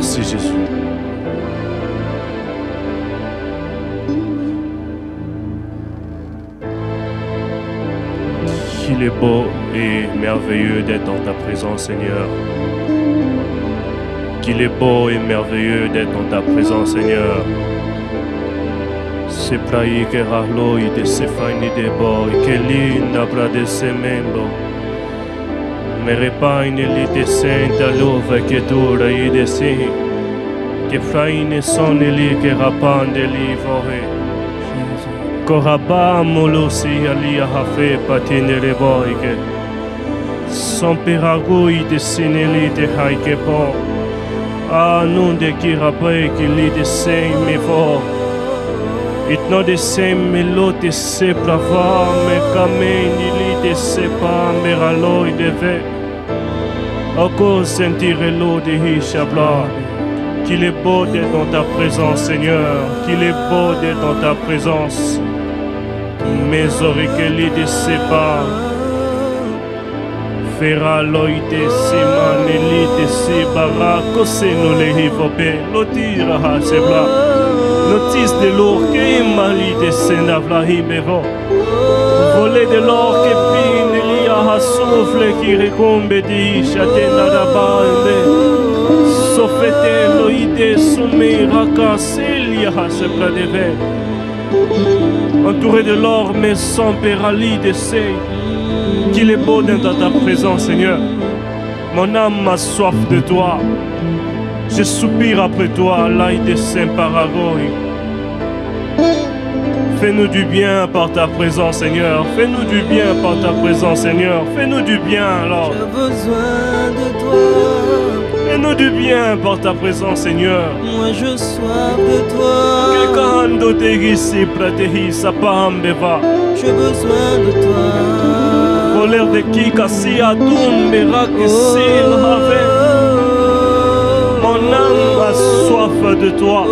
Merci Jésus. Qu'il est beau et merveilleux d'être dans ta présence, Seigneur. Qu'il est beau et merveilleux d'être dans ta présence, Seigneur. Se praí que ralo e de se faini de bo e que linda pra de se membro. Me repaine li de senta luva che dura e de si. Che fraine sono li che rapande li vorre. Corabamo lo si ali a hafe patinere boige. Son peragui de sineli de haike po. Ah, non de qui rabre che li de sei me vo. It no de sei me lo de se brava me cameni li de se pa me raloi de ve. Encore sentire l'eau de Hishabla. Qu'il est beau d'être dans ta présence, Seigneur. Qu'il est beau d'être dans ta présence. Mes oreilles de se pas. Fera loite se manelite se barako se no le hivope. Lotira ha se bla. Notice de l'or que mali de senavla himevo. Voler de l'or que pine li a souffle qui recombe di chatena da bande. Sofete loide soumera casselia ha se bla de ve. Entouré de l'or mais sans pérali de sei. Qu'il est beau d'être dans ta présence, Seigneur. Mon âme a soif de toi. Je soupire après toi, l'ail de Saint-Paragoy. Fais-nous du bien par ta présence, Seigneur. Fais-nous du bien par ta présence, Seigneur. Fais-nous du bien, alors. J'ai besoin de toi. Fais-nous du bien par ta présence, Seigneur. Moi je soif de toi. Quelqu'un te ici, pratehi, sapambeva. J'ai besoin de toi. Voler de qui cassi a tumbera que s'il avait. Mon âme a soif de toi.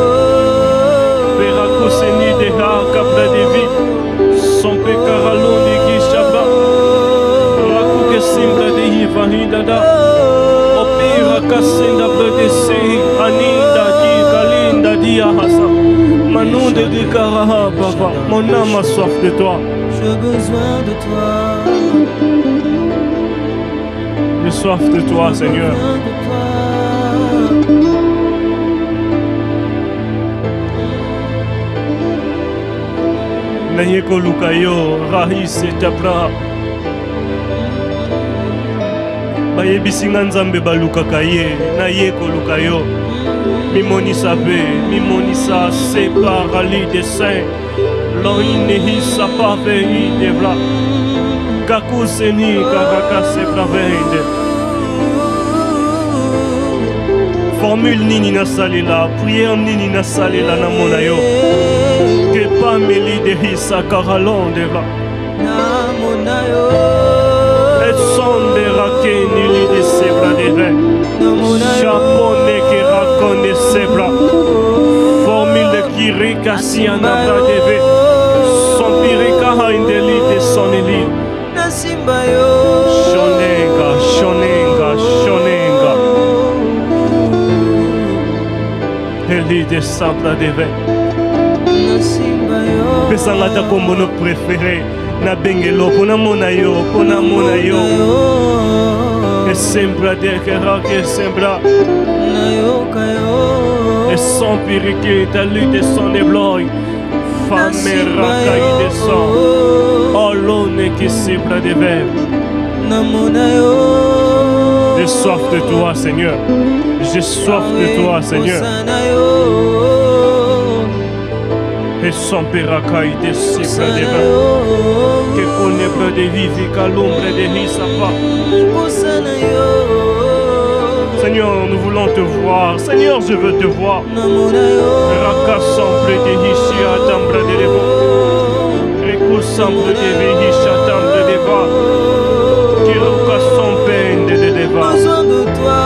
Veracoseni de ha capra de vie. Son pecaralo de guichaba. Raku que simbra de hivahidada. Opira cassenda bradese. Aninda di kalinda di ahasa. Manunde di karaha baba. Mon âme a soif de toi. J'ai besoin de toi. J'ai soif de toi, Seigneur. Nayeko lukayo, rahis et tabra. Bayebisi nzambe balukaka ye, nayeko lukayo. Mimonisa be, mimonisa se parali de saint. Loinehi sapave devla. Kakuseni karaka se pravende. Formule nini na salila, prière nini na salila na monayo. Que pas meli de hisa karalon devla. Na monayo. Et son de rake nili de sebra de vin. Chapone qui raconte sebra. Formule de kirika si anabra de ve. Son pirika ha indeli de son eli. Na simbayo. Shonenga, shonenga, shonenga. Eli de sabra de ve. Na simbayo. Pesanga ta kombono préféré. Na bengelo, pona mona yo, pona mona yo. E sembra de kera que sembra. Na yo kayo. Et son piriquet, ta lutte et son ébloy. Femme racaille de sang. Oh l'one qui sembra de verre. Na monayo. J'ai soif de toi, Seigneur. J'ai soif de toi, Seigneur. Et son piracaille de sembra de verre. Que connaît pas de vivi qu'à l'ombre de Hisapa. Seigneur, nous voulons te voir. Seigneur, je veux te voir. Raka semble de Hishia tambre de Deva. Reku semble de Vihisha tambre de Deva. Kiruka son peine de Deva. Besoin de toi.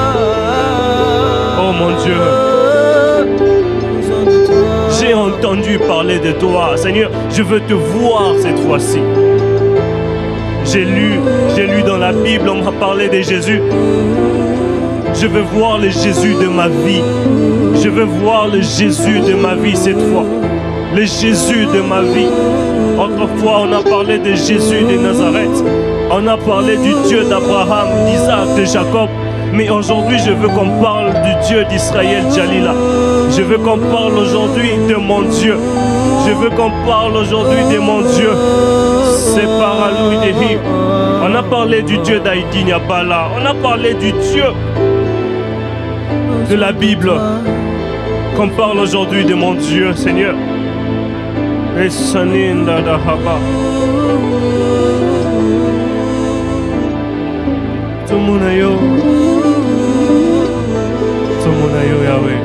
Oh mon Dieu. Besoin de toi. J'ai entendu parler de toi. Seigneur, je veux te voir cette fois-ci. J'ai lu dans la Bible, on m'a parlé de Jésus. Je veux voir le Jésus de ma vie. Je veux voir le Jésus de ma vie cette fois. Le Jésus de ma vie. Autrefois, on a parlé de Jésus de Nazareth. On a parlé du Dieu d'Abraham, d'Isaac, de Jacob. Mais aujourd'hui, je veux qu'on parle du Dieu d'Israël, Jalila. Je veux qu'on parle aujourd'hui de mon Dieu. Je veux qu'on parle aujourd'hui de mon Dieu. C'est par lui de Him. On a parlé du Dieu d'Haïti, Nyabala. On a parlé du Dieu de la Bible. Qu'on parle aujourd'hui de mon Dieu, Seigneur. Et Saninda Dahaba. Tumunayo. Tumunayo Yahweh.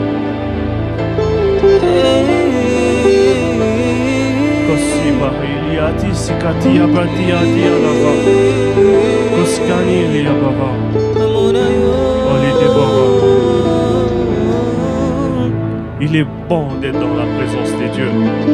Kosiba Iliati Sikati Abati Adi Alava. Koskani Liababa. Oli Debaba. Il est bon d'être dans la présence de Dieu.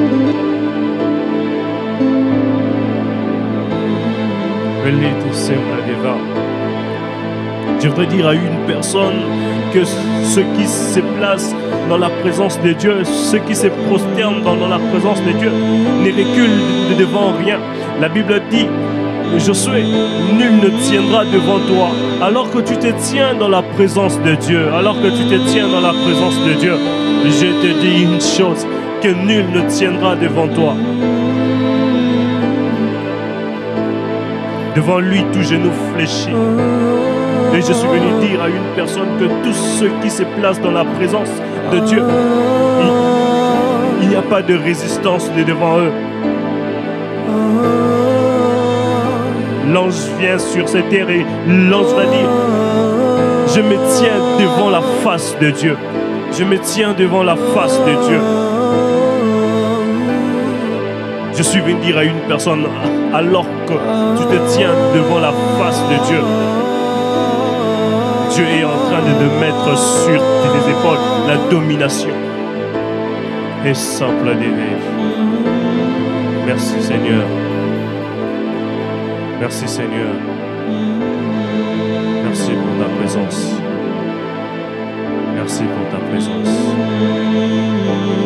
Je voudrais dire à une personne que ceux qui se placent dans la présence de Dieu, ceux qui se prosternent dans la présence de Dieu, ne reculent devant rien. La Bible dit, Josué, nul ne tiendra devant toi. Alors que tu te tiens dans la présence de Dieu, alors que tu te tiens dans la présence de Dieu, je te dis une chose, que nul ne tiendra devant toi. Devant lui, tout genou fléchit. Et je suis venu dire à une personne que tous ceux qui se placent dans la présence de Dieu, il n'y a pas de résistance devant eux. L'ange vient sur cette terre et l'ange va dire, je me tiens devant la face de Dieu. Je me tiens devant la face de Dieu. Je suis venu dire à une personne, alors que tu te tiens devant la face de Dieu, Dieu est en train de te mettre sur tes épaules la domination. Et simple d'aimer. Merci Seigneur. Merci Seigneur. Merci pour ta présence. Merci pour ta présence.